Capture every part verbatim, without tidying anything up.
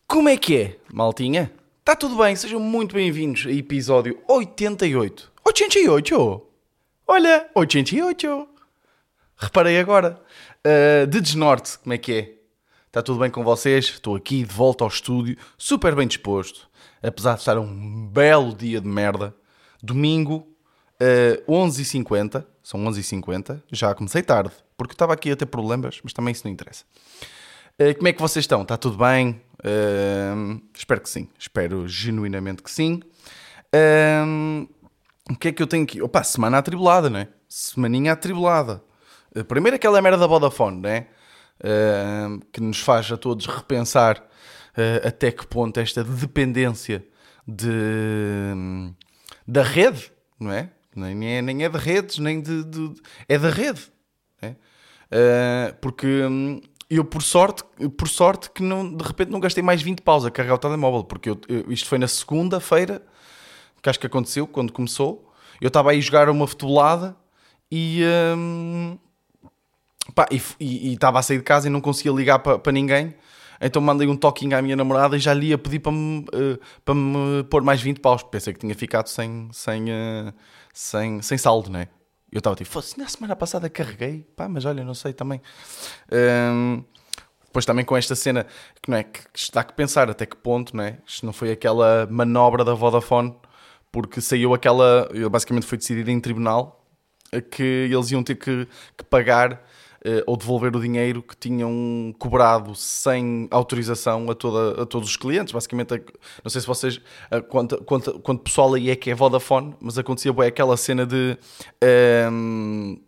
Como é que é, maltinha? Está tudo bem? Sejam muito bem-vindos a episódio oitenta e oito. oitenta e oito? Olha, oitenta e oito. Reparei agora. Uh, de Desnorte, como é que é? Está tudo bem com vocês? Estou aqui de volta ao estúdio, super bem disposto. Apesar de estar um belo dia de merda. Domingo, uh, onze e cinquenta. São onze e cinquenta. Já comecei tarde, porque estava aqui a ter problemas, mas também isso não interessa. Uh, como é que vocês estão? Está tudo bem? Uh, espero que sim. Espero genuinamente que sim. Uh, o que é que eu tenho aqui? Opa, semana atribulada, não é? Semaninha atribulada. Uh, primeiro aquela merda da Vodafone, não é? Uh, que nos faz a todos repensar uh, até que ponto esta dependência de, da rede, não é? Nem é, nem é de redes, nem de... de é da rede. Não é? Uh, porque... Um, Eu, por sorte, por sorte que não, de repente não gastei mais vinte paus a carregar o telemóvel, porque eu, eu, isto foi na segunda-feira, que acho que aconteceu, quando começou. Eu estava aí a jogar uma futebolada e, hum, pá, e, e, e estava a sair de casa e não conseguia ligar para, para ninguém. Então mandei um toquinho à minha namorada e já lhe ia pedir para me, uh, para me pôr mais vinte paus. Pensei que tinha ficado sem, sem, uh, sem, sem saldo, não é? Eu estava tipo, fosse na semana passada carreguei, pá, mas olha, não sei também. Um, depois também com esta cena, que não é, que está a pensar até que ponto, não é? Isto não foi aquela manobra da Vodafone, porque saiu aquela, basicamente foi decidido em tribunal, que eles iam ter que, que pagar uh, ou devolver o dinheiro que tinham cobrado sem autorização a, toda, a todos os clientes. Basicamente, não sei se vocês, uh, quanto, quanto, quanto pessoal aí é que é Vodafone, mas acontecia bem aquela cena de um,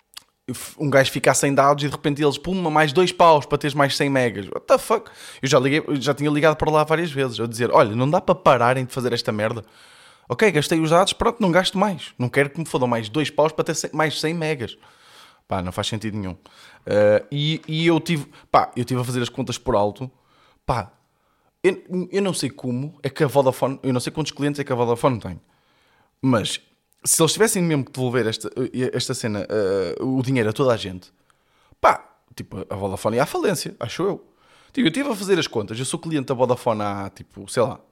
um gajo ficar sem dados e de repente eles, puma, mais dois paus para teres mais cem megas. What the fuck? Eu já, liguei, já tinha ligado para lá várias vezes, a dizer, olha, não dá para pararem de fazer esta merda. Ok, gastei os dados, pronto, não gasto mais. Não quero que me fodam mais dois paus para ter mais cem megas. Pá, não faz sentido nenhum. Uh, e, e eu tive, pá, eu tive a fazer as contas por alto. Pá, eu, eu não sei como é que a Vodafone, eu não sei quantos clientes é que a Vodafone tem. Mas, se eles tivessem mesmo que devolver esta, esta cena, uh, o dinheiro a toda a gente, pá, tipo, a Vodafone ia à falência, acho eu. Tipo, eu estive a fazer as contas, eu sou cliente da Vodafone há, tipo, sei lá,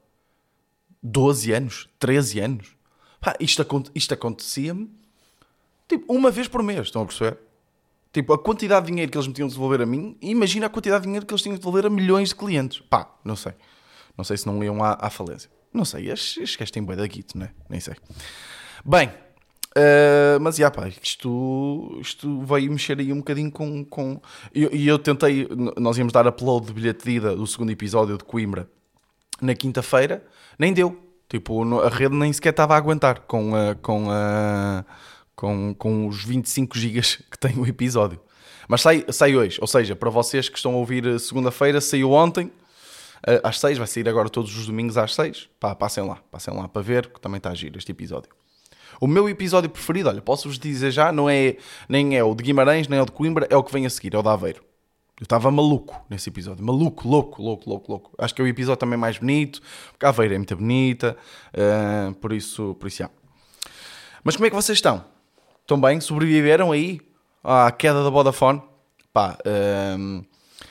doze anos, treze anos. Pá, isto, isto acontecia-me tipo, uma vez por mês, estão a perceber? Tipo, a quantidade de dinheiro que eles me tinham de devolver a mim, e imagina a quantidade de dinheiro que eles tinham de devolver a milhões de clientes. Pá, não sei. Não sei se não iam à, à falência. Não sei, estes gajos têm bué da guito, não é? Nem sei. Bem, uh, mas já pá, isto, isto veio mexer aí um bocadinho com... com... E eu, eu tentei, nós íamos dar upload de bilhete de ida do segundo episódio de Coimbra na quinta-feira, nem deu. Tipo, a rede nem sequer estava a aguentar com a... Com a Com, com os vinte e cinco gigas que tem o episódio. Mas sai, sai hoje, ou seja, para vocês que estão a ouvir segunda-feira, saiu ontem, às seis, vai sair agora todos os domingos às seis. Pá, passem lá, passem lá para ver, que também está a giro este episódio. O meu episódio preferido, olha, posso-vos dizer já, não é, nem é o de Guimarães, nem é o de Coimbra, é o que vem a seguir, é o de Aveiro. Eu estava maluco nesse episódio, maluco, louco, louco, louco, louco. Acho que é o episódio também mais bonito, porque a Aveiro é muito bonita, uh, por isso, por isso, já. Mas como é que vocês estão? Estão bem? Sobreviveram aí à queda da Vodafone? Pá, hum,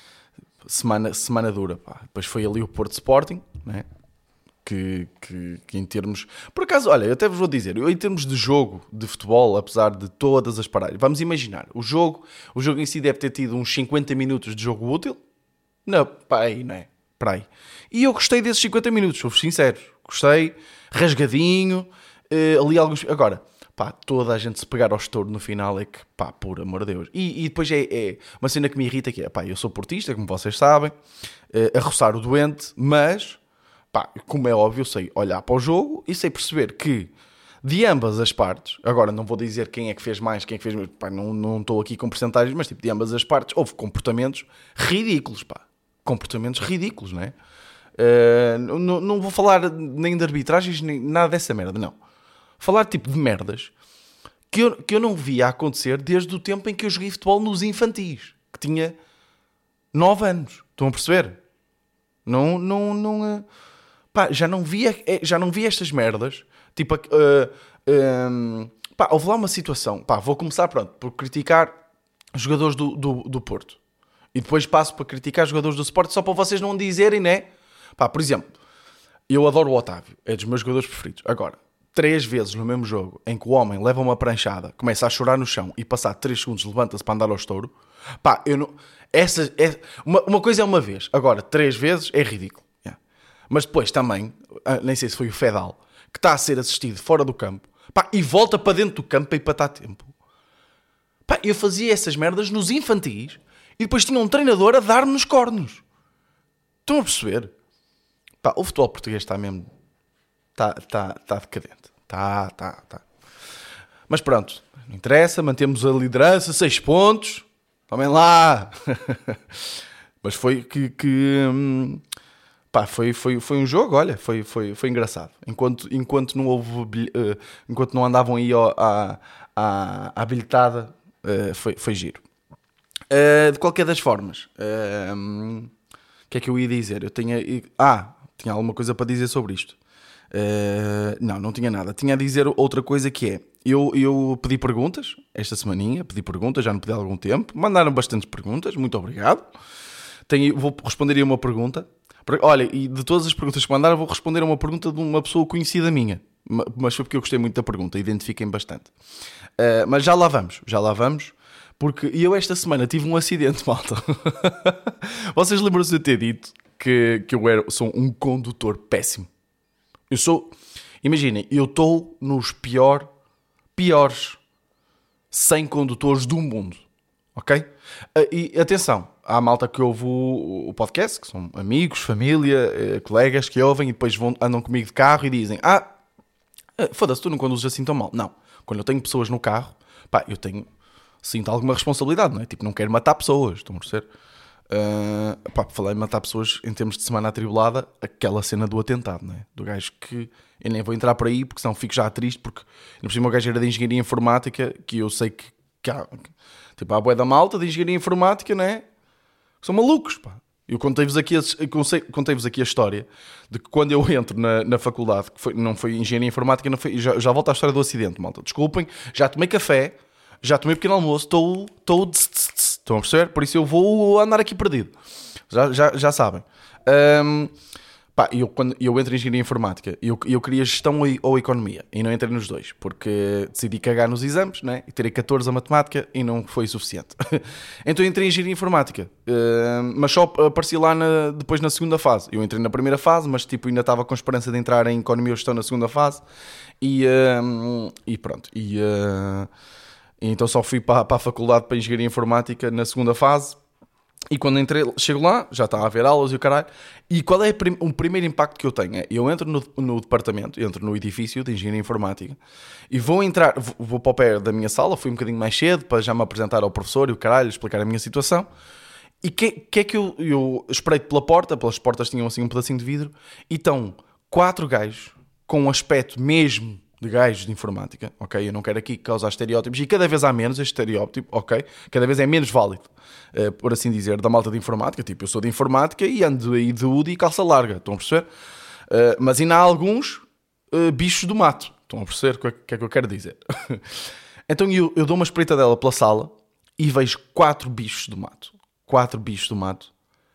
semana, semana dura. Pá. Depois foi ali o Porto Sporting, né? que, que, que em termos... Por acaso, olha, eu até vos vou dizer, eu, em termos de jogo de futebol, apesar de todas as paragens, vamos imaginar, o jogo, o jogo em si deve ter tido uns cinquenta minutos de jogo útil. Não, pá, aí, não é? Para aí. E eu gostei desses cinquenta minutos, sou-vos sincero. Gostei, rasgadinho, uh, ali alguns... Agora... Pá, toda a gente se pegar ao estouro no final é que, pá, por amor de Deus. E, e depois é, é uma cena que me irrita que é, pá, eu sou portista, como vocês sabem, uh, a roçar o doente, mas, pá, como é óbvio, eu sei olhar para o jogo e sei perceber que, de ambas as partes, agora não vou dizer quem é que fez mais, quem é que fez menos, pá, não, não estou aqui com porcentagens, mas tipo, de ambas as partes, houve comportamentos ridículos, pá. Comportamentos ridículos, não é? Uh, não, não vou falar nem de arbitragens, nem nada dessa merda, não. Falar tipo de merdas que eu, que eu não via acontecer desde o tempo em que eu joguei futebol nos infantis, que tinha nove anos. Estão a perceber? Não, não, não, pá, já não via, já não via estas merdas. Tipo, uh, um, pá, houve lá uma situação. Pá, vou começar, pronto, por criticar jogadores do, do, do Porto. E depois passo para criticar jogadores do Sport, só para vocês não dizerem, né? Pá, por exemplo, eu adoro o Otávio, é dos meus jogadores preferidos. Agora, três vezes no mesmo jogo em que o homem leva uma pranchada, começa a chorar no chão e passar três segundos levanta-se para andar ao estouro, pá, eu não... Essa, é... uma, uma coisa é uma vez, agora, três vezes é ridículo. Yeah. Mas depois também, nem sei se foi o Fedal, que está a ser assistido fora do campo, pá, e volta para dentro do campo para ir para estar tempo. Pá, eu fazia essas merdas nos infantis e depois tinha um treinador a dar-me nos cornos. Estão a perceber? Pá, o futebol português está mesmo... Está, está, está decadente. Está, está, está. Mas pronto, não interessa, mantemos a liderança, seis pontos. Tomem lá. Mas foi que... que hum, pá, foi, foi, foi um jogo, olha, foi, foi, foi engraçado. Enquanto, enquanto, não houve, uh, enquanto não andavam aí ó, à, à, à bilhetada, uh, foi, foi giro. Uh, de qualquer das formas, uh, um, o que é que eu ia dizer? Eu tinha... Ah, tinha alguma coisa para dizer sobre isto. Uh, não, não tinha nada. Tinha a dizer outra coisa que é... Eu, eu pedi perguntas esta semaninha, pedi perguntas, já não pedi há algum tempo. Mandaram bastantes perguntas, muito obrigado. Tenho, vou responder a uma pergunta. Olha, e de todas as perguntas que mandaram, vou responder a uma pergunta de uma pessoa conhecida minha. Mas foi porque eu gostei muito da pergunta, identifiquem bastante. Uh, mas já lá vamos, já lá vamos. Porque eu esta semana tive um acidente, malta. Vocês lembram-se de eu ter dito que, que eu era, sou um condutor péssimo? Eu sou... Imaginem, eu estou nos pior, piores cem condutores do mundo. Ok? E atenção, há a malta que ouve o, o podcast, que são amigos, família, colegas que ouvem e depois vão, andam comigo de carro e dizem: Ah, foda-se, tu não conduzes assim tão mal. Não, quando eu tenho pessoas no carro, pá, eu tenho... Sinto alguma responsabilidade, não é? Tipo, não quero matar pessoas, estão a perceber? Uh, pá, falei em matar pessoas em termos de semana atribulada, aquela cena do atentado, não é? Do gajo que... Eu nem vou entrar por aí, porque senão fico já triste, porque... Por cima o gajo era de engenharia informática, que eu sei que... que há, tipo, há a bué da malta de engenharia informática, não é? São malucos, pá. Eu contei-vos aqui, a, contei-vos aqui a história de que quando eu entro na, na faculdade, que foi, não foi engenharia informática, não foi, já, já volto à história do acidente, malta. Desculpem, já tomei café... Já tomei pequeno almoço, estou... Estão a perceber? Por isso eu vou andar aqui perdido. Já, já, já sabem. Um, pá, eu, quando eu entro em engenharia informática, eu, eu queria gestão ou, ou economia. E não entrei nos dois. Porque decidi cagar nos exames, né? E terei catorze a matemática e não foi suficiente. Então entrei em engenharia informática. Um, mas só apareci lá na, depois na segunda fase. Eu entrei na primeira fase, mas tipo, ainda estava com esperança de entrar em economia ou gestão na segunda fase. E, um, e pronto. E... Uh, Então só fui para, para a faculdade para Engenharia Informática na segunda fase. E quando entrei, chego lá, já está a haver aulas e o caralho. E qual é prim- o primeiro impacto que eu tenho? É, eu entro no, no departamento, entro no edifício de Engenharia Informática e vou entrar, vou, vou para o pé da minha sala, fui um bocadinho mais cedo para já me apresentar ao professor e o caralho, explicar a minha situação. E que, que é que eu, eu espreito pela porta, pelas portas tinham assim um pedacinho de vidro, e estão quatro gajos com um aspecto mesmo de gajos de informática, ok? Eu não quero aqui causar estereótipos, e cada vez há menos este estereótipo, ok? Cada vez é menos válido, uh, por assim dizer, da malta de informática. Tipo, eu sou de informática e ando aí de hoodie e calça larga, estão a perceber? Uh, mas ainda há alguns uh, bichos do mato, estão a perceber o que, que é que eu quero dizer? Então eu, eu dou uma espreitadela pela sala e vejo quatro bichos do mato, quatro bichos do mato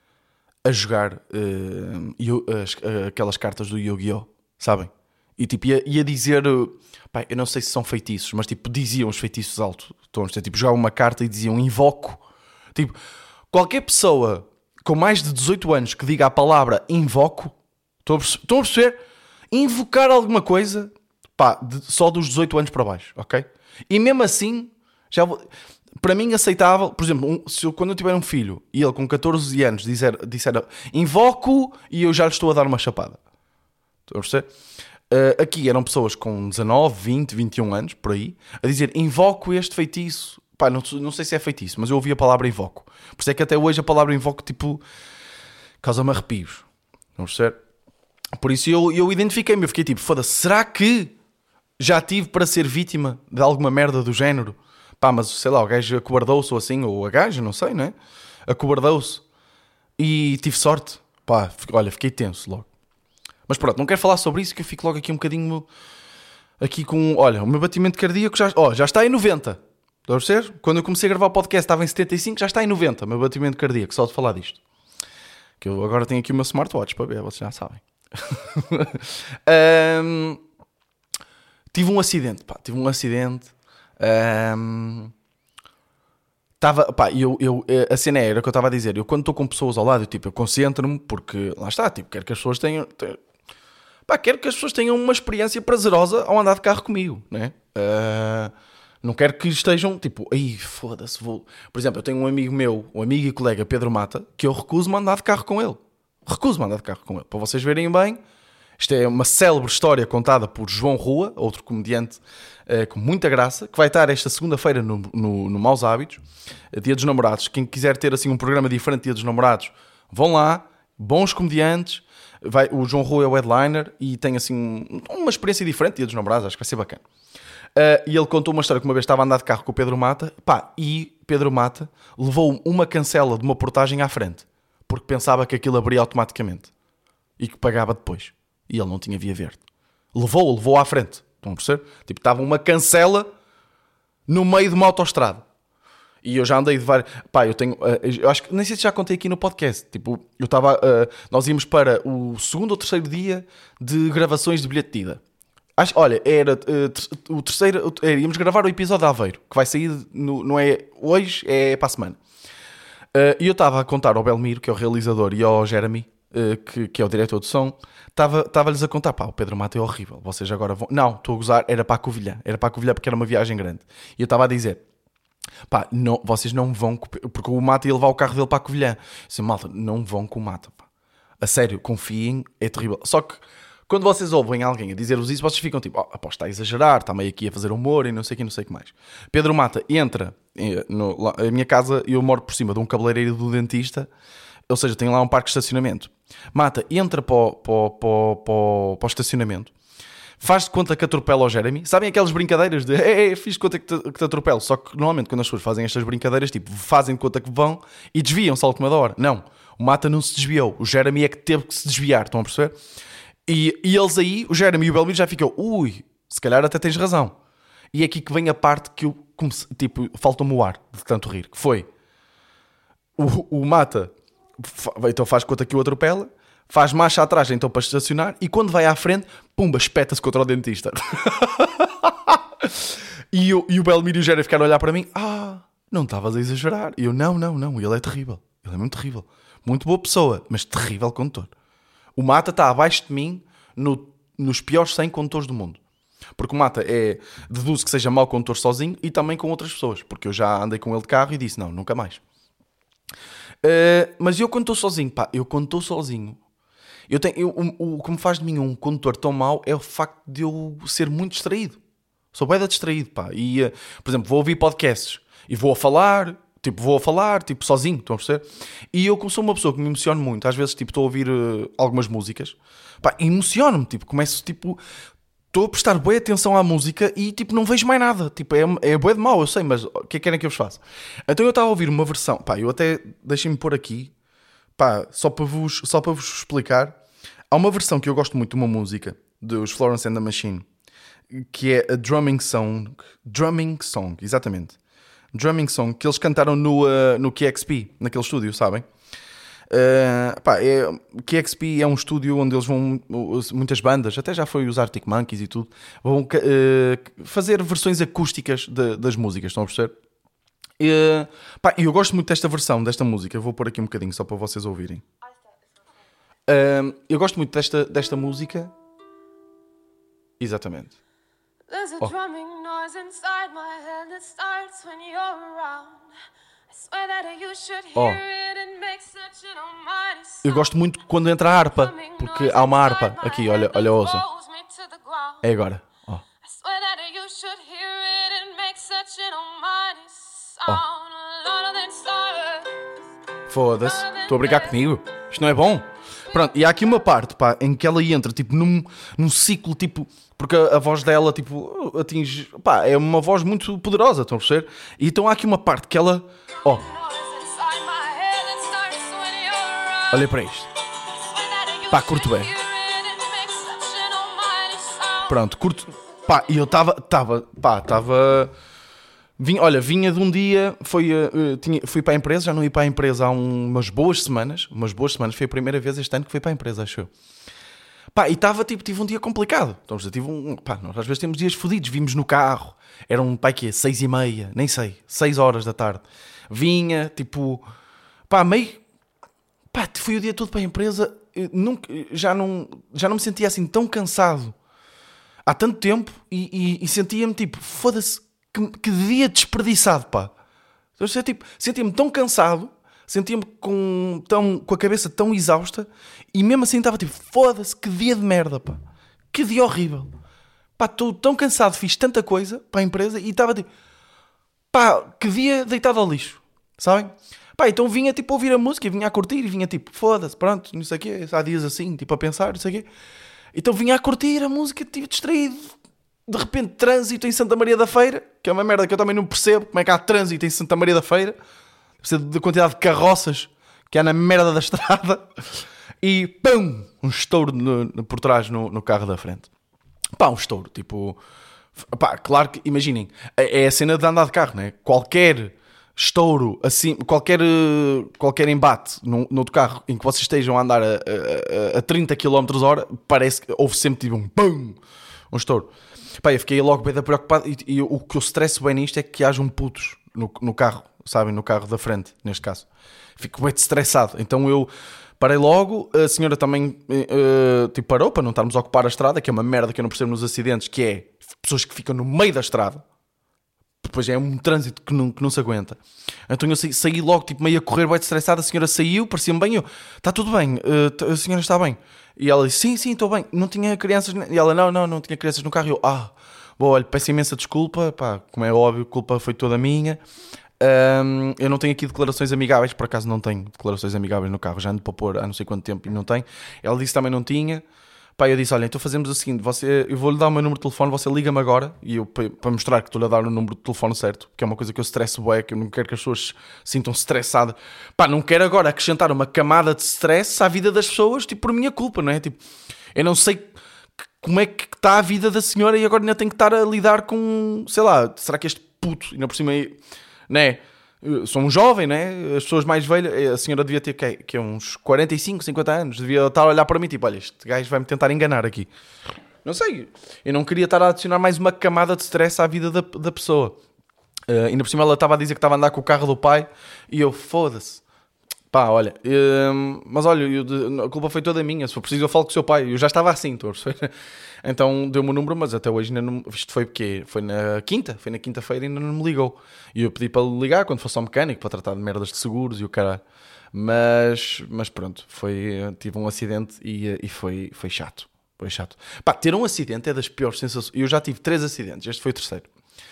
a jogar uh, eu, as, uh, aquelas cartas do Yu-Gi-Oh!, sabem? E tipo, ia, ia dizer, pá, eu não sei se são feitiços, mas tipo, diziam os feitiços altos. Então, tipo, jogavam uma carta e diziam invoco. Tipo, qualquer pessoa com mais de dezoito anos que diga a palavra invoco, estão a perceber? Estão a perceber? Invocar alguma coisa, pá, de, só dos dezoito anos para baixo, ok? E mesmo assim, já vou, para mim aceitável, por exemplo, um, se eu, quando eu tiver um filho e ele com catorze anos disser, disser invoco e eu já lhe estou a dar uma chapada. Estão a perceber? Uh, aqui eram pessoas com dezanove, vinte, vinte e um anos, por aí, a dizer invoco este feitiço. Pá, não, não sei se é feitiço, mas eu ouvi a palavra invoco. Por isso é que até hoje a palavra invoco, tipo, causa-me arrepios. Não percebe? Por isso eu, eu identifiquei-me, eu fiquei tipo, foda-se, será que já tive para ser vítima de alguma merda do género? Pá, mas sei lá, o gajo acobardou-se ou assim, ou a gaja, não sei, não é? Acobardou-se. E tive sorte. Pá, olha, fiquei tenso logo. Mas pronto, não quero falar sobre isso, que eu fico logo aqui um bocadinho... Aqui com... Olha, o meu batimento cardíaco já, oh, já está em noventa. Estão a perceber? Quando eu comecei a gravar o podcast estava em setenta e cinco, já está em noventa. O meu batimento cardíaco, só de falar disto. Que eu agora tenho aqui o meu smartwatch para ver, vocês já sabem. um, tive um acidente, pá, tive um acidente. Um, tava, pá, eu, eu, a cena era o que eu estava a dizer. Eu quando estou com pessoas ao lado, eu, tipo, eu concentro-me, porque lá está, tipo, quero que as pessoas tenham, tenham pá, quero que as pessoas tenham uma experiência prazerosa ao andar de carro comigo, né? Uh, não quero que estejam tipo, ai, foda-se, vou. Por exemplo, eu tenho um amigo meu, um amigo e colega, Pedro Mata, que eu recuso-me a andar de carro com ele. Recuso-me a andar de carro com ele. Para vocês verem bem, isto é uma célebre história contada por João Rua, outro comediante uh, com muita graça, que vai estar esta segunda-feira no, no, no Maus Hábitos, Dia dos Namorados. Quem quiser ter assim um programa diferente Dia dos Namorados, vão lá, bons comediantes. Vai, o João Rua é o headliner e tem assim uma experiência diferente Dia dos Namorados, acho que vai ser bacana. Uh, e ele contou uma história que uma vez estava a andar de carro com o Pedro Mata, pá, e Pedro Mata levou uma cancela de uma portagem à frente, porque pensava que aquilo abria automaticamente e que pagava depois. E ele não tinha via verde. Levou, levou à frente. Estão a perceber? Tipo, estava uma cancela no meio de uma autoestrada. E eu já andei de várias... Pá, eu tenho... Eu acho que... Nem sei se já contei aqui no podcast. Tipo, eu estava... Uh, nós íamos para o segundo ou terceiro dia de gravações de bilhete de ida. Acho, olha, era uh, o terceiro... Era, íamos gravar o episódio de Aveiro, que vai sair... No, não é hoje, é para a semana. Uh, e eu estava a contar ao Belmiro, que é o realizador, e ao Jeremy, uh, que, que é o diretor de som, estava-lhes a contar, pá, o Pedro Mata é horrível, vocês agora vão... Não, estou a gozar, era para a Covilhã. Era para a Covilhã porque era uma viagem grande. E eu estava a dizer... Pá, não, vocês não vão... Porque o Mata ia levar o carro dele para a Covilhã. Eu disse, malta, não vão com o Mata, pá. A sério, confiem, é terrível. Só que quando vocês ouvem alguém a dizer-vos isso, vocês ficam tipo, oh, pá, está a exagerar, está meio aqui a fazer humor e não sei o que, não sei o que mais. Pedro Mata entra no, lá, a minha casa, eu moro por cima de um cabeleireiro do dentista, ou seja, tem lá um parque de estacionamento. Mata entra para o, para o, para o, para o, para o estacionamento, faz de conta que atropela o Jeremy. Sabem aquelas brincadeiras de é, é, fiz de conta que te, que te atropelo. Só que normalmente quando as pessoas fazem estas brincadeiras, tipo, fazem de conta que vão e desviam-se à última da hora. Não, o Mata não se desviou. O Jeremy é que teve que se desviar, estão a perceber? E, e eles aí, o Jeremy e o Belmiro já ficam, ui, se calhar até tens razão. E é aqui que vem a parte que eu comecei, tipo, falta-me o ar de tanto rir, que foi o, o Mata, então faz de conta que o atropela, faz marcha atrás então para estacionar e quando vai à frente, pumba, espeta-se contra o dentista. e, eu, e o Belmiro e o Jeremy ficaram a olhar para mim, ah, não estavas a exagerar. E eu, não, não, não, ele é terrível, ele é muito terrível, muito boa pessoa, mas terrível condutor. O Mata está abaixo de mim no, nos piores cem condutores do mundo. Porque o Mata é, deduzo que seja mau condutor sozinho e também com outras pessoas, porque eu já andei com ele de carro e disse, não, nunca mais. Uh, mas eu quando estou sozinho, pá, eu quando estou sozinho, Eu tenho, eu, o, o que me faz de mim um condutor tão mau é o facto de eu ser muito distraído. Sou bem distraído, pá. E, uh, por exemplo, vou ouvir podcasts e vou a falar, tipo, vou a falar, tipo, sozinho, estão a perceber? E eu, como sou uma pessoa que me emociono muito, às vezes, tipo, estou a ouvir uh, algumas músicas, pá, emociono-me, tipo, começo, tipo, estou a prestar boa atenção à música e, tipo, não vejo mais nada. Tipo, é, é bué de mau, eu sei, mas o que é que querem que eu vos faça? Então eu estava a ouvir uma versão, pá, eu até, deixem-me pôr aqui, pá, só para vos, só para vos explicar, há uma versão que eu gosto muito de uma música dos Florence and the Machine, que é a Drumming Song, Drumming Song, exatamente, Drumming Song, que eles cantaram no, uh, no Q X P, naquele estúdio, sabem? Uh, pá, é, o Q X P é um estúdio onde eles vão, muitas bandas, até já foi os Arctic Monkeys e tudo, vão uh, fazer versões acústicas de, das músicas, estão a perceber? E uh, eu gosto muito desta versão, desta música. Eu vou pôr aqui um bocadinho só para vocês ouvirem. Uh, eu gosto muito desta, desta música. Exatamente. Oh. Oh. Eu gosto muito quando entra a harpa, porque há uma harpa aqui, olha, olha, ouça. É agora. Oh. Oh. Foda-se, estou a brincar comigo. Isto não é bom. Pronto, e há aqui uma parte, pá, em que ela entra tipo num, num ciclo, tipo, porque a, a voz dela tipo atinge, pá, é uma voz muito poderosa, estão a perceber? E então há aqui uma parte que ela, ó, olha para isto, pá, curto bem. Pronto, curto, pá, e eu estava, estava, pá, estava Vinha, olha, vinha de um dia, foi, uh, tinha, fui para a empresa, já não ia para a empresa há um, umas boas semanas, umas boas semanas, foi a primeira vez este ano que fui para a empresa, acho eu. Pá, e estava, tipo, tive um dia complicado. Então, tive um, pá, nós às vezes temos dias fodidos, vimos no carro, eram, pá, que é, seis e meia, nem sei, seis horas da tarde. Vinha, tipo, pá, meio, pá, fui o dia todo para a empresa, nunca, já, não, já não me sentia assim tão cansado há tanto tempo e, e, e sentia-me, tipo, foda-se, que, que dia desperdiçado, pá. Então, eu, tipo, sentia-me tão cansado, sentia-me com, tão, com a cabeça tão exausta e mesmo assim estava tipo, foda-se, que dia de merda, pá. Que dia horrível. Pá, estou tão cansado, fiz tanta coisa para a empresa e estava tipo, pá, que dia deitado ao lixo, sabem? Pá, então vinha tipo a ouvir a música, vinha a curtir e vinha tipo, foda-se, pronto, não sei o quê, há dias assim, tipo a pensar, não sei o quê. Então vinha a curtir a música, tipo distraído. De repente, trânsito em Santa Maria da Feira, que é uma merda que eu também não percebo, como é que há trânsito em Santa Maria da Feira. Deve ser da quantidade de carroças que há na merda da estrada. E pum, um estouro no, no, por trás no, no carro da frente. Pá, um estouro, tipo... Pá, claro que, imaginem, é a cena de andar de carro, né? Qualquer estouro, assim, qualquer, qualquer embate no, no outro carro em que vocês estejam a andar a, a, a trinta quilómetros por hora, parece que houve sempre tipo um pum, um estouro. Pá, eu fiquei logo bem preocupado e, e o que eu estresso bem nisto é que hajam putos no, no carro, sabem, no carro da frente, neste caso. Fico bem estressado, então eu parei logo, a senhora também uh, tipo, parou para não estarmos a ocupar a estrada, que é uma merda que eu não percebo nos acidentes, que é pessoas que ficam no meio da estrada, depois é um trânsito que não, que não se aguenta. Então eu saí, saí logo, tipo, meio a correr, bem estressado, a senhora saiu, parecia-me bem, eu, está tudo bem, uh, a senhora está bem. E ela disse, sim, sim, estou bem, não tinha crianças, e ela, não, não, não tinha crianças no carro, e eu, ah, bom, olha, peço imensa desculpa, pá, como é óbvio, a culpa foi toda minha. Um, eu não tenho aqui declarações amigáveis, por acaso não tenho declarações amigáveis no carro, já ando para pôr há não sei quanto tempo e não tenho. Ela disse também não tinha. Pá, eu disse, olha, então fazemos o seguinte, você, eu vou-lhe dar o meu número de telefone, você liga-me agora, e eu, para mostrar que estou-lhe a dar o número de telefone certo, que é uma coisa que eu estresso bué, que eu não quero que as pessoas se sintam estressadas. Pá, não quero agora acrescentar uma camada de stress à vida das pessoas, tipo, por minha culpa, não é? Tipo, eu não sei como é que está a vida da senhora e agora ainda tenho que estar a lidar com, sei lá, será que este puto, ainda por cima, né? Sou um jovem, né? As pessoas mais velhas, a senhora devia ter que, que é uns quarenta e cinco, cinquenta anos, devia estar a olhar para mim tipo, olha, este gajo vai-me tentar enganar aqui. Não sei, eu não queria estar a adicionar mais uma camada de stress à vida da, da pessoa. Uh, ainda por cima ela estava a dizer que estava a andar com o carro do pai e eu, foda-se. Pá, olha, uh, mas olha, eu, a culpa foi toda minha, se for preciso eu falo com o seu pai. Eu já estava assim, estou a perceber? Então deu-me o número, mas até hoje ainda não... Isto foi porque foi na quinta, foi na quinta-feira e ainda não me ligou. E eu pedi para ele ligar quando fosse ao mecânico para tratar de merdas de seguros e o caralho. Mas, mas pronto, foi, tive um acidente e, e foi, foi chato. Foi chato. Pá, ter um acidente é das piores sensações. Eu já tive três acidentes, este foi o terceiro.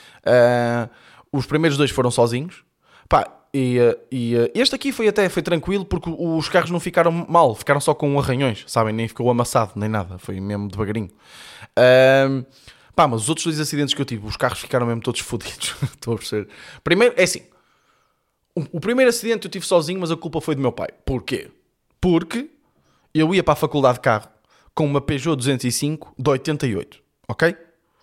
Uh, os primeiros dois foram sozinhos. Pá, e, e este aqui foi até foi tranquilo porque os carros não ficaram mal, ficaram só com arranhões, sabem? Nem ficou amassado, nem nada, foi mesmo devagarinho. Um, pá, mas os outros dois acidentes que eu tive, os carros ficaram mesmo todos fodidos. Estou a perceber. Primeiro, é assim, o, o primeiro acidente eu tive sozinho, mas a culpa foi do meu pai. Porquê? Porque eu ia para a faculdade de carro com uma Peugeot duzentos e cinco de oitenta e oito, ok?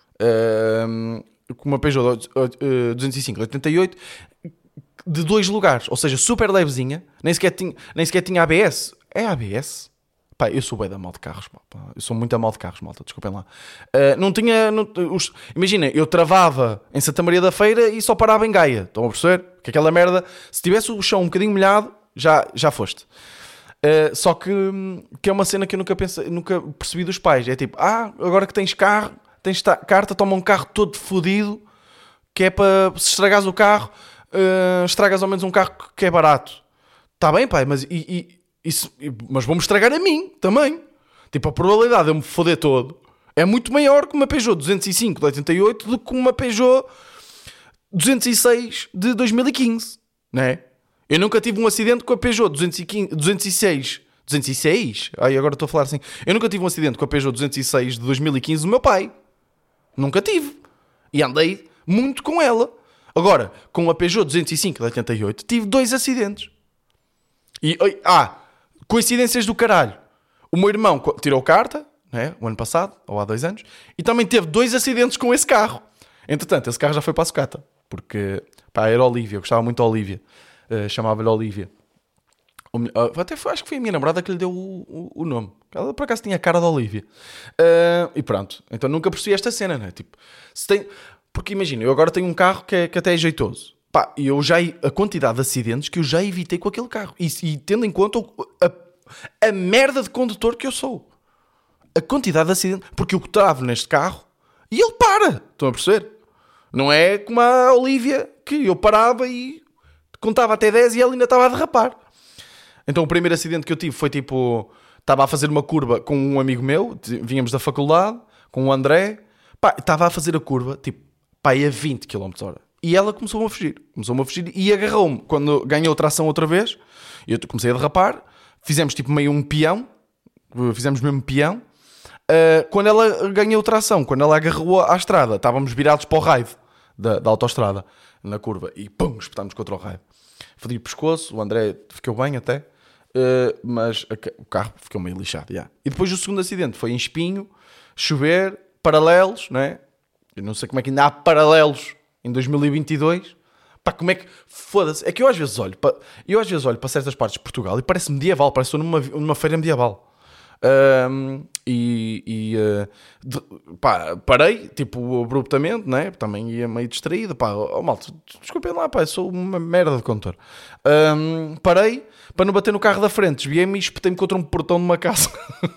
Um, com uma Peugeot duzentos e cinco de oitenta e oito de dois lugares, ou seja, super levezinha, nem sequer tinha, nem sequer tinha A B S. É A B S? Pá, eu sou bué da mal de carros, pá. Eu sou muito a mal de carros, malta, desculpem lá. Uh, não tinha... Não, os, imagina, eu travava em Santa Maria da Feira e só parava em Gaia, estão a perceber? Que aquela merda, se tivesse o chão um bocadinho molhado, já, já foste. Uh, só que, que é uma cena que eu nunca, pensei, nunca percebi dos pais. É tipo, ah, agora que tens carro, tens carta, toma um carro todo fodido, que é para, se estragares o carro... Uh, estragas ao menos um carro que é barato. Está bem, pai, mas, e, e, isso, mas vou-me estragar a mim também. Tipo, a probabilidade de eu me foder todo é muito maior que uma Peugeot duzentos e cinco de oitenta e oito do que uma Peugeot duzentos e seis de dois mil e quinze, né? Eu nunca tive um acidente com a Peugeot duzentos e quinze, duzentos e seis duzentos e seis? Ai, agora estou a falar assim. Eu nunca tive um acidente com a Peugeot duzentos e seis de dois mil e quinze do meu pai. Nunca tive. E andei muito com ela. Agora, com a Peugeot duzentos e cinco de oitenta e oito, tive dois acidentes. E, ah, coincidências do caralho. O meu irmão tirou carta, né, o ano passado, ou há dois anos, e também teve dois acidentes com esse carro. Entretanto, esse carro já foi para a sucata. porque, pá, era Olivia, eu gostava muito da Olivia, uh, chamava-lhe Olivia. Uh, até foi, acho que foi a minha namorada que lhe deu o, o, o nome. Ela por acaso tinha a cara da Olivia. Uh, e pronto, então nunca percebi esta cena, né? Tipo, se tem... Porque imagina, eu agora tenho um carro que, é, que até é jeitoso. Pá, e eu já, a quantidade de acidentes que eu já evitei com aquele carro. E, e tendo em conta o, a, a merda de condutor que eu sou. A quantidade de acidentes. Porque eu estava neste carro e ele para. Estão a perceber? Não é como a Olivia, que eu parava e contava até dez e ela ainda estava a derrapar. Então o primeiro acidente que eu tive foi tipo... Estava a fazer uma curva com um amigo meu. Vínhamos da faculdade, com o André. Pá, estava a fazer a curva, tipo... Pá, a vinte quilómetros por hora. E ela começou-me a fugir. Começou-me a fugir e agarrou-me. Quando ganhou tração outra vez, eu comecei a derrapar. Fizemos tipo meio um peão. Fizemos mesmo peão. Uh, quando ela ganhou tração, quando ela agarrou à estrada, estávamos virados para o raio da, da autoestrada, na curva. E pum, espetámos contra o raio. Fodi o pescoço, o André ficou bem até. Uh, mas a, o carro ficou meio lixado. Yeah. E depois o segundo acidente foi em Espinho. Chover, paralelos, não é? Eu não sei como é que ainda há paralelos em dois mil e vinte e dois. Pá, como é que... Foda-se. É que eu às vezes olho para, eu às vezes olho para certas partes de Portugal e parece medieval. Parece que estou numa, numa feira medieval. Um, e... e uh, de, pá, parei, tipo, abruptamente, né? Também ia meio distraído. Pá, oh, malta, desculpem lá, pá, eu sou uma merda de condutor. Um, parei para não bater no carro da frente. Desviei-me e espetei-me contra um portão de uma casa.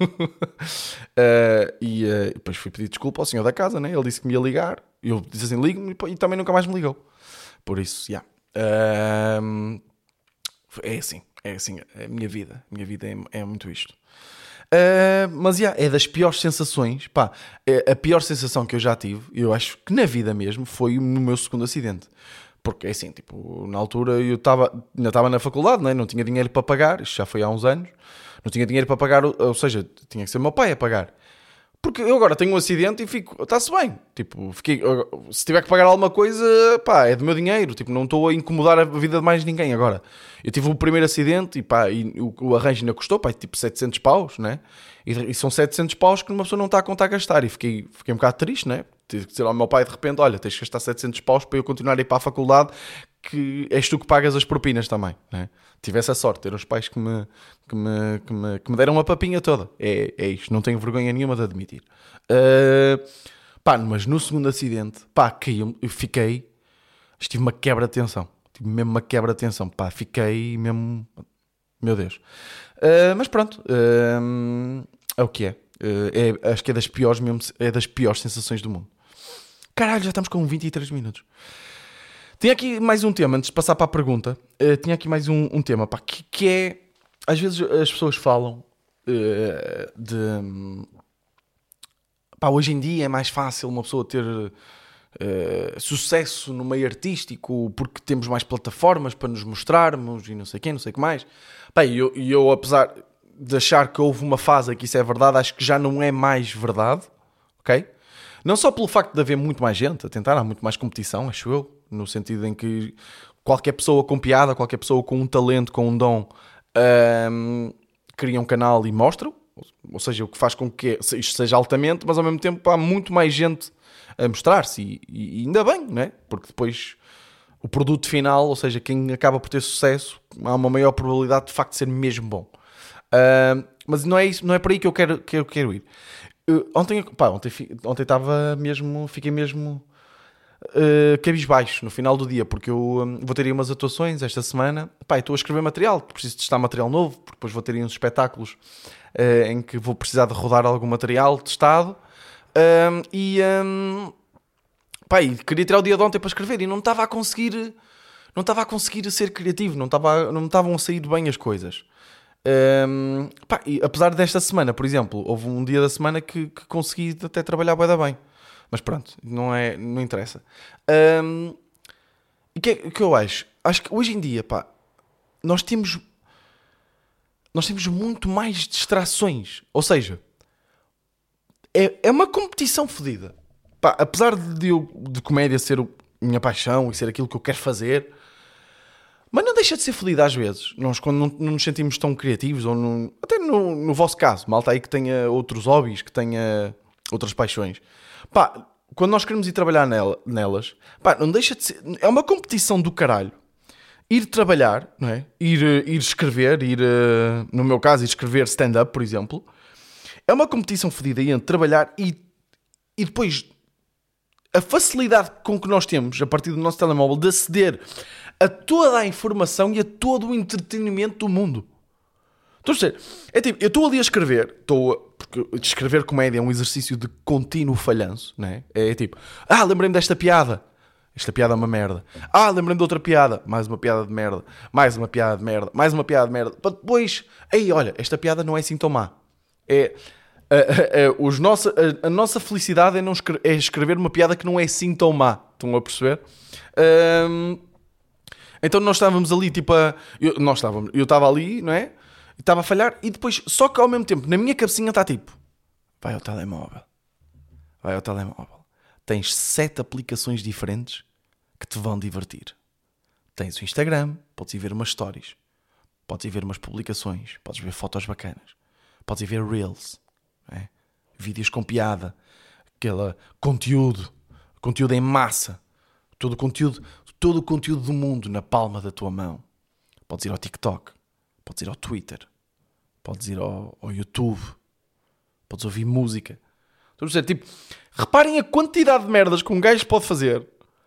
uh, e uh, depois fui pedir desculpa ao senhor da casa, né? Ele disse que me ia ligar. E eu disse assim, ligo-me, e também nunca mais me ligou. Por isso, já. Yeah. Um, é assim, é assim. A minha vida, a minha vida é, é muito isto. Uh, mas yeah, é das piores sensações. Pá, é a pior sensação que eu já tive, eu acho que na vida mesmo, foi no meu segundo acidente. Porque é assim, tipo, na altura eu estava, ainda estava na faculdade, né? Não tinha dinheiro para pagar, isto já foi há uns anos, não tinha dinheiro para pagar, ou seja, tinha que ser o meu pai a pagar. Porque eu agora tenho um acidente e fico, está-se bem, tipo, fiquei, se tiver que pagar alguma coisa, pá, é do meu dinheiro, tipo, não estou a incomodar a vida de mais ninguém agora. Eu tive o primeiro acidente e pá, e o, o arranjo ainda custou, pá, tipo setecentos paus, né? E, e são setecentos paus que uma pessoa não está a contar a gastar, e fiquei, fiquei um bocado triste, né? Tive que dizer ao meu pai de repente, olha, tens que gastar setecentos paus para eu continuar a ir para a faculdade, que és tu que pagas as propinas também, né? Tive essa sorte, ter uns pais que me, que me, que me, que me deram uma papinha toda. É, é isto, não tenho vergonha nenhuma de admitir. Uh, pá, mas no segundo acidente, pá, caiu, eu fiquei, tive uma quebra de tensão. Tive mesmo uma quebra de tensão, pá, fiquei mesmo, meu Deus. Uh, mas pronto, uh, é o que é. Uh, é. Acho que é das piores mesmo, é das piores sensações do mundo. Caralho, já estamos com vinte e três minutos. Tinha aqui mais um tema, antes de passar para a pergunta, uh, tinha aqui mais um, um tema, pá, que, que é, às vezes as pessoas falam uh, de, pá, hoje em dia é mais fácil uma pessoa ter uh, sucesso no meio artístico porque temos mais plataformas para nos mostrarmos e não sei quem, não sei o que mais. Pá, e eu, eu, apesar de achar que houve uma fase que isso é verdade, acho que já não é mais verdade, ok? Não só pelo facto de haver muito mais gente a tentar, há muito mais competição, acho eu, no sentido em que qualquer pessoa com piada, qualquer pessoa com um talento, com um dom, um, cria um canal e mostra, ou seja, o que faz com que isto seja altamente, mas ao mesmo tempo há muito mais gente a mostrar-se, e, e ainda bem, não é? Porque depois o produto final, ou seja, quem acaba por ter sucesso, há uma maior probabilidade de facto de ser mesmo bom. Uh, mas não é isso, não é por aí que eu quero, que eu quero ir. Uh, ontem, pá, ontem, ontem estava mesmo, fiquei mesmo uh, cabisbaixo no final do dia, porque eu um, vou ter aí umas atuações esta semana. Pá, estou a escrever material, preciso testar material novo, porque depois vou ter aí uns espetáculos uh, em que vou precisar de rodar algum material testado. Um, e, um, pá, e queria tirar o dia de ontem para escrever e não estava a conseguir, não estava a conseguir ser criativo, não, estava, não me estavam a sair bem as coisas. Um, pá, e apesar desta semana, por exemplo, houve um dia da semana que, que consegui até trabalhar bué da bem, mas pronto, não, é, não interessa. Um, e o que, que eu acho? Acho que hoje em dia, pá, nós temos nós temos muito mais distrações, ou seja, é, é uma competição fodida. Pá, apesar de, eu, de comédia ser a minha paixão e ser aquilo que eu quero fazer, mas não deixa de ser feliz às vezes. Nós, quando não, não nos sentimos tão criativos, ou não, até no, no vosso caso, malta aí que tenha outros hobbies, que tenha outras paixões. Pá, quando nós queremos ir trabalhar nela, nelas, pá, não deixa de ser... É uma competição do caralho. Ir trabalhar, não é? Ir, ir escrever, ir... No meu caso, ir escrever stand-up, por exemplo. É uma competição fodida entre trabalhar e, e depois... A facilidade com que nós temos, a partir do nosso telemóvel, de aceder a toda a informação e a todo o entretenimento do mundo. Estou a dizer, é tipo, eu estou ali a escrever, estou a, porque escrever comédia é um exercício de contínuo falhanço, não é? É tipo, ah, lembrei-me desta piada, esta piada é uma merda. Ah, lembrei-me de outra piada, mais uma piada de merda, mais uma piada de merda, mais uma piada de merda. Para depois, ei, olha, esta piada não é assim tão má. É, a, a, a, os nossa, a, a nossa felicidade é, não escrever, é escrever uma piada que não é assim tão má. Estão a perceber? Um, então nós estávamos ali, tipo, a, eu, nós estávamos, eu estava ali, não é? Estava a falhar e depois, só que ao mesmo tempo, na minha cabecinha está tipo, vai ao telemóvel, vai ao telemóvel. Tens sete aplicações diferentes que te vão divertir. Tens o Instagram, podes ir ver umas stories, podes ir ver umas publicações, podes ver fotos bacanas, podes ir ver reels, é? Vídeos com piada, aquele conteúdo, conteúdo em massa, todo o conteúdo, todo o conteúdo do mundo na palma da tua mão. Podes ir ao TikTok. Podes ir ao Twitter, podes ir ao, ao YouTube, podes ouvir música. Estou a dizer, tipo, reparem a quantidade de merdas que um gajo pode fazer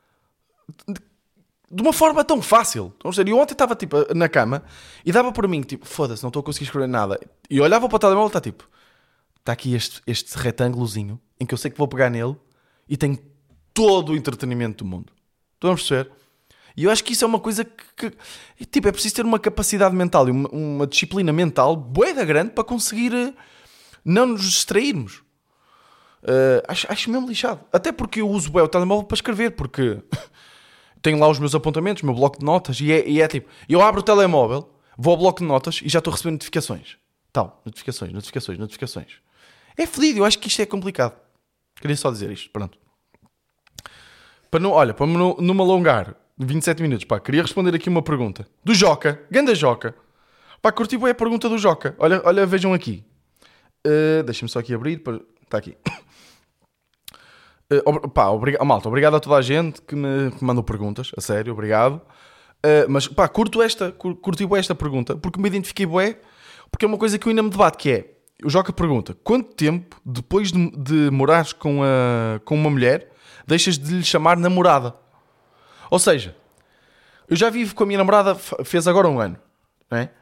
de, de uma forma tão fácil. Estou a dizer, eu ontem estava tipo, na cama e dava por mim, tipo, foda-se, não estou a conseguir escrever nada. E eu olhava para o telemóvel e está tipo, está aqui este, este retângulozinho em que eu sei que vou pegar nele e tenho todo o entretenimento do mundo. Estão a perceber? E eu acho que isso é uma coisa que, que tipo, é preciso ter uma capacidade mental e uma, uma disciplina mental bué da grande para conseguir uh, não nos distrairmos. Uh, acho, acho mesmo lixado. Até porque eu uso bué o telemóvel para escrever, porque tenho lá os meus apontamentos, o meu bloco de notas, e é, e é tipo, eu abro o telemóvel, vou ao bloco de notas e já estou recebendo notificações. Tal, notificações, notificações, notificações. É fodido, eu acho que isto é complicado. Queria só dizer isto, pronto. Para não, olha, para não, não me alongar... vinte e sete minutos, pá, queria responder aqui uma pergunta do Joca, ganda Joca, pá, curti bem a pergunta do Joca, olha, olha, vejam aqui, uh, deixem-me só aqui abrir, está aqui, uh, ob- pá, obriga- malta, obrigado a toda a gente que me, que me mandou perguntas, a sério, obrigado, uh, mas pá, curto esta, cur- curti bem esta pergunta, porque me identifiquei bem, porque é uma coisa que eu ainda me debato, que é, o Joca pergunta, quanto tempo depois de, de morares com, a, com uma mulher, deixas de lhe chamar namorada? Ou seja, eu já vivo com a minha namorada, fez agora um ano, não é?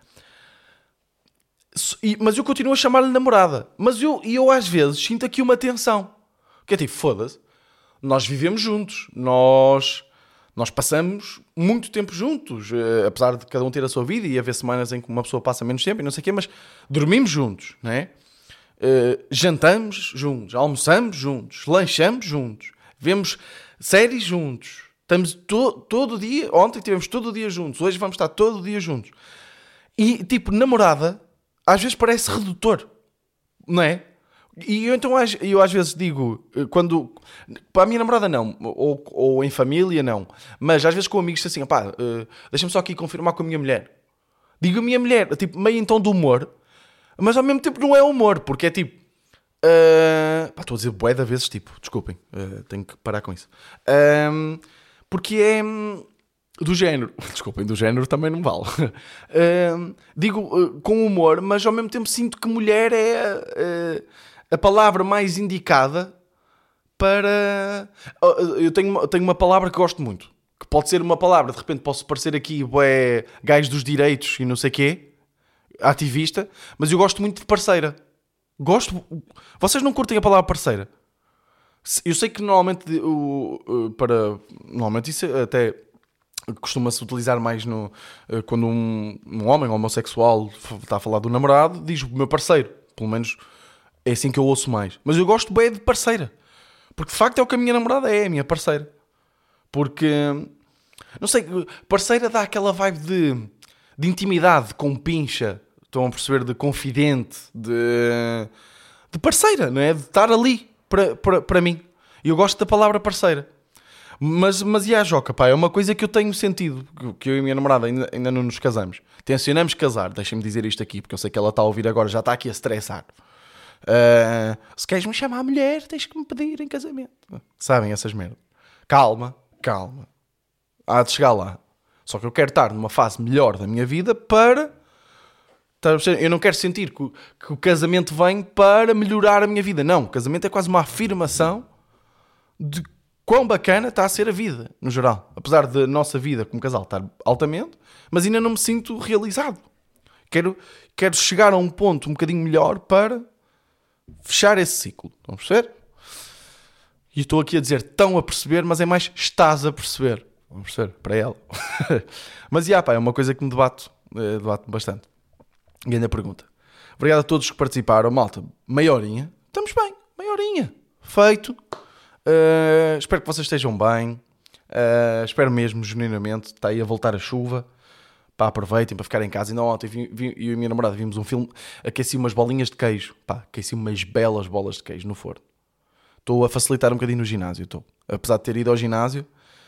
Mas eu continuo a chamar-lhe namorada. Mas eu, eu às vezes sinto aqui uma tensão. Que é tipo, foda-se, nós vivemos juntos, nós, nós passamos muito tempo juntos, apesar de cada um ter a sua vida e haver semanas em que uma pessoa passa menos tempo e não sei o quê, mas dormimos juntos, não é? Uh, jantamos juntos, almoçamos juntos, lanchamos juntos, vemos séries juntos. Estamos to- todo dia, ontem estivemos todo o dia juntos, hoje vamos estar todo o dia juntos. E, tipo, namorada, às vezes parece redutor, não é? E eu então, eu às vezes digo, quando, para a minha namorada não, ou, ou em família não, mas às vezes com amigos assim, pá, uh, deixa-me só aqui confirmar com a minha mulher. Digo a minha mulher, tipo, meio em tom de humor, mas ao mesmo tempo não é humor, porque é tipo, uh, pá, estou a dizer bué de vezes, tipo, desculpem, uh, tenho que parar com isso. Um, Porque é hum, do género. Desculpem, do género também não vale. Uh, digo uh, com humor, mas ao mesmo tempo sinto que mulher é uh, a palavra mais indicada para... Uh, eu tenho, tenho uma palavra que gosto muito. Que pode ser uma palavra, de repente posso parecer aqui bué, gajo dos direitos e não sei quê, ativista, mas eu gosto muito de parceira. Gosto... Vocês não curtem a palavra parceira? Eu sei que normalmente o, para, normalmente isso até costuma-se utilizar mais no, quando um, um homem homossexual está a falar do namorado, diz o meu parceiro. Pelo menos é assim que eu ouço mais. Mas eu gosto bem de parceira. Porque de facto é o que a minha namorada é, a minha parceira. Porque, não sei, parceira dá aquela vibe de, de intimidade, com pincha. Estão a perceber? De confidente, de, de parceira, não é? De estar ali. Para, para, para mim. E eu gosto da palavra parceira. Mas, mas e a Joca, pá, é uma coisa que eu tenho sentido, que eu e a minha namorada ainda, ainda não nos casamos. Tencionamos casar, deixem-me dizer isto aqui, porque eu sei que ela está a ouvir agora, já está aqui a estressar. Uh, se queres me chamar a mulher, tens que me pedir em casamento. Sabem essas merdas? Calma, calma. Há de chegar lá. Só que eu quero estar numa fase melhor da minha vida para... Eu não quero sentir que o, que o casamento vem para melhorar a minha vida. Não, o casamento é quase uma afirmação de quão bacana está a ser a vida, no geral. Apesar da nossa vida como casal estar altamente, mas ainda não me sinto realizado. Quero, quero chegar a um ponto um bocadinho melhor para fechar esse ciclo. Estão a perceber? E estou aqui a dizer tão a perceber, mas é mais estás a perceber. Vamos perceber? Para ela. Mas, já, pá, é uma coisa que me debato, é, debato bastante. Grande pergunta. Obrigado a todos que participaram. Malta, meia horinha. Estamos bem. Meia horinha. Feito. Uh, espero que vocês estejam bem. Uh, espero mesmo, genuinamente. Está aí a voltar a chuva. Pá, aproveitem para ficar em casa. Ainda ontem vi, vi, eu e a minha namorada vimos um filme. Aqueci umas bolinhas de queijo. Pá, aqueci umas belas bolas de queijo no forno. Estou a facilitar um bocadinho no ginásio. Estou. Apesar de ter ido ao ginásio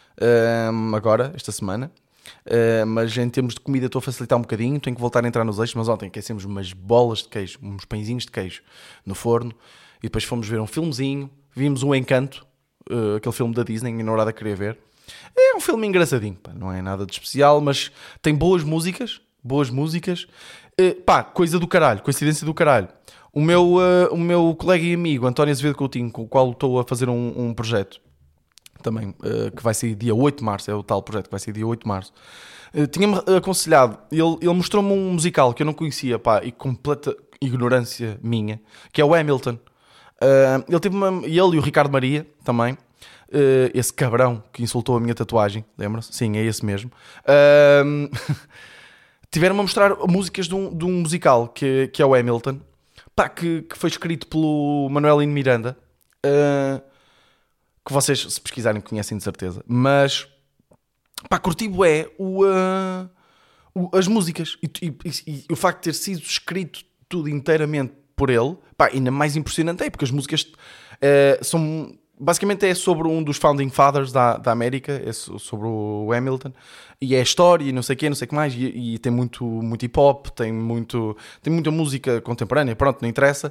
uh, agora, esta semana. Uh, mas em termos de comida estou a facilitar um bocadinho. Tenho que voltar a entrar nos eixos. Mas ontem aquecemos umas bolas de queijo, uns pãezinhos de queijo no forno. E depois fomos ver um filmezinho. Vimos um Encanto, uh, aquele filme da Disney, minha namorada queria ver. É um filme engraçadinho, pá, não é nada de especial, mas tem boas músicas. Boas músicas. Uh, pá, coisa do caralho, coincidência do caralho. O meu, uh, o meu colega e amigo António Azevedo Coutinho, com o qual estou a fazer um, um projeto também, uh, que vai sair dia oito de março, é o tal projeto que vai sair dia oito de março. Uh, tinha-me aconselhado, ele, ele mostrou-me um musical que eu não conhecia, pá, e completa ignorância minha, que é o Hamilton. Uh, ele teve uma, ele e o Ricardo Maria também, uh, esse cabrão que insultou a minha tatuagem, lembra-se? Sim, é esse mesmo. Uh, tiveram-me a mostrar músicas de um, de um musical que, que é o Hamilton, pá, que, que foi escrito pelo Manuel Miranda. Uh, que vocês, se pesquisarem, conhecem de certeza. Mas, pá, curti bué o, uh, o, as músicas. E, e, e, e o facto de ter sido escrito tudo inteiramente por ele, pá, ainda mais impressionante é, porque as músicas uh, são... Basicamente é sobre um dos Founding Fathers da, da América, é sobre o Hamilton, e é a história e não sei o quê, não sei o que mais, e, e tem muito, muito hip-hop, tem, muito, tem muita música contemporânea, pronto, não interessa,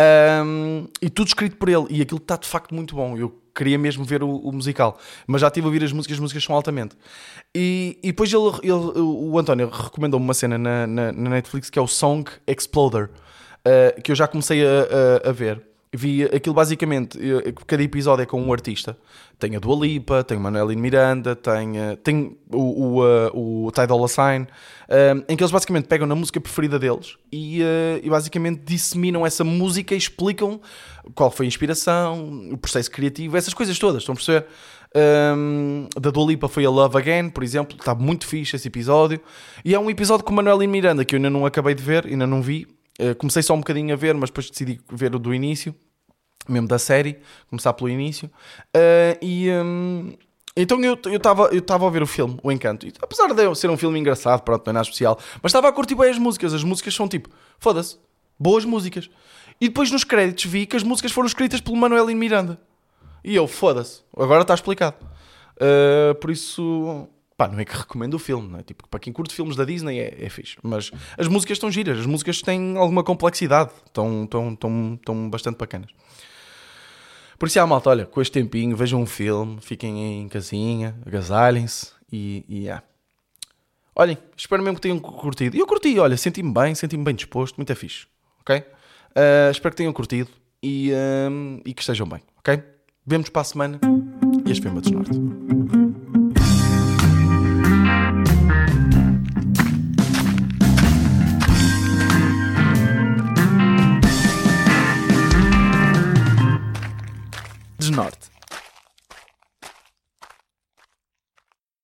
um, e tudo escrito por ele, e aquilo está de facto muito bom. Eu queria mesmo ver o, o musical, mas já estive a ouvir as músicas, as músicas são altamente. E, e depois ele, ele, o António recomendou-me uma cena na, na, na Netflix que é o Song Exploder, uh, que eu já comecei a, a, a ver. Vi aquilo basicamente, cada episódio é com um artista. Tem a Dua Lipa, tem o Manuel Miranda, tem, tem o, o, o Ty Dolla $ign, em que eles basicamente pegam na música preferida deles e, e basicamente disseminam essa música e explicam qual foi a inspiração, o processo criativo, essas coisas todas, estão a perceber? Um, da Dua Lipa foi a Love Again, por exemplo, está muito fixe esse episódio. E é um episódio com o Manuel Miranda que eu ainda não acabei de ver, ainda não vi. Uh, comecei só um bocadinho a ver, mas depois decidi ver o do início, mesmo da série, começar pelo início. Uh, e um, então eu estava eu estava a ver o filme, O Encanto. E, apesar de ser um filme engraçado, pronto, não é nada especial, mas estava a curtir bem as músicas. As músicas são tipo, foda-se, boas músicas. E depois nos créditos vi que as músicas foram escritas pelo Manuel Miranda. E eu, foda-se, agora está explicado. Uh, por isso... Pá, não é que recomendo o filme, não é? Tipo, para quem curte filmes da Disney é, é fixe. Mas as músicas estão giras, as músicas têm alguma complexidade, estão, estão, estão, estão bastante bacanas. Por isso, ah, malta, olha, com este tempinho, vejam um filme, fiquem em casinha, agasalhem-se e, e yeah. Olhem, espero mesmo que tenham curtido. E eu curti, olha, senti-me bem, senti-me bem disposto, muito é fixe, ok? Uh, espero que tenham curtido e, um, e que estejam bem, ok? Vemo-nos para a semana e este foi o meu Desnorte. Desnorte.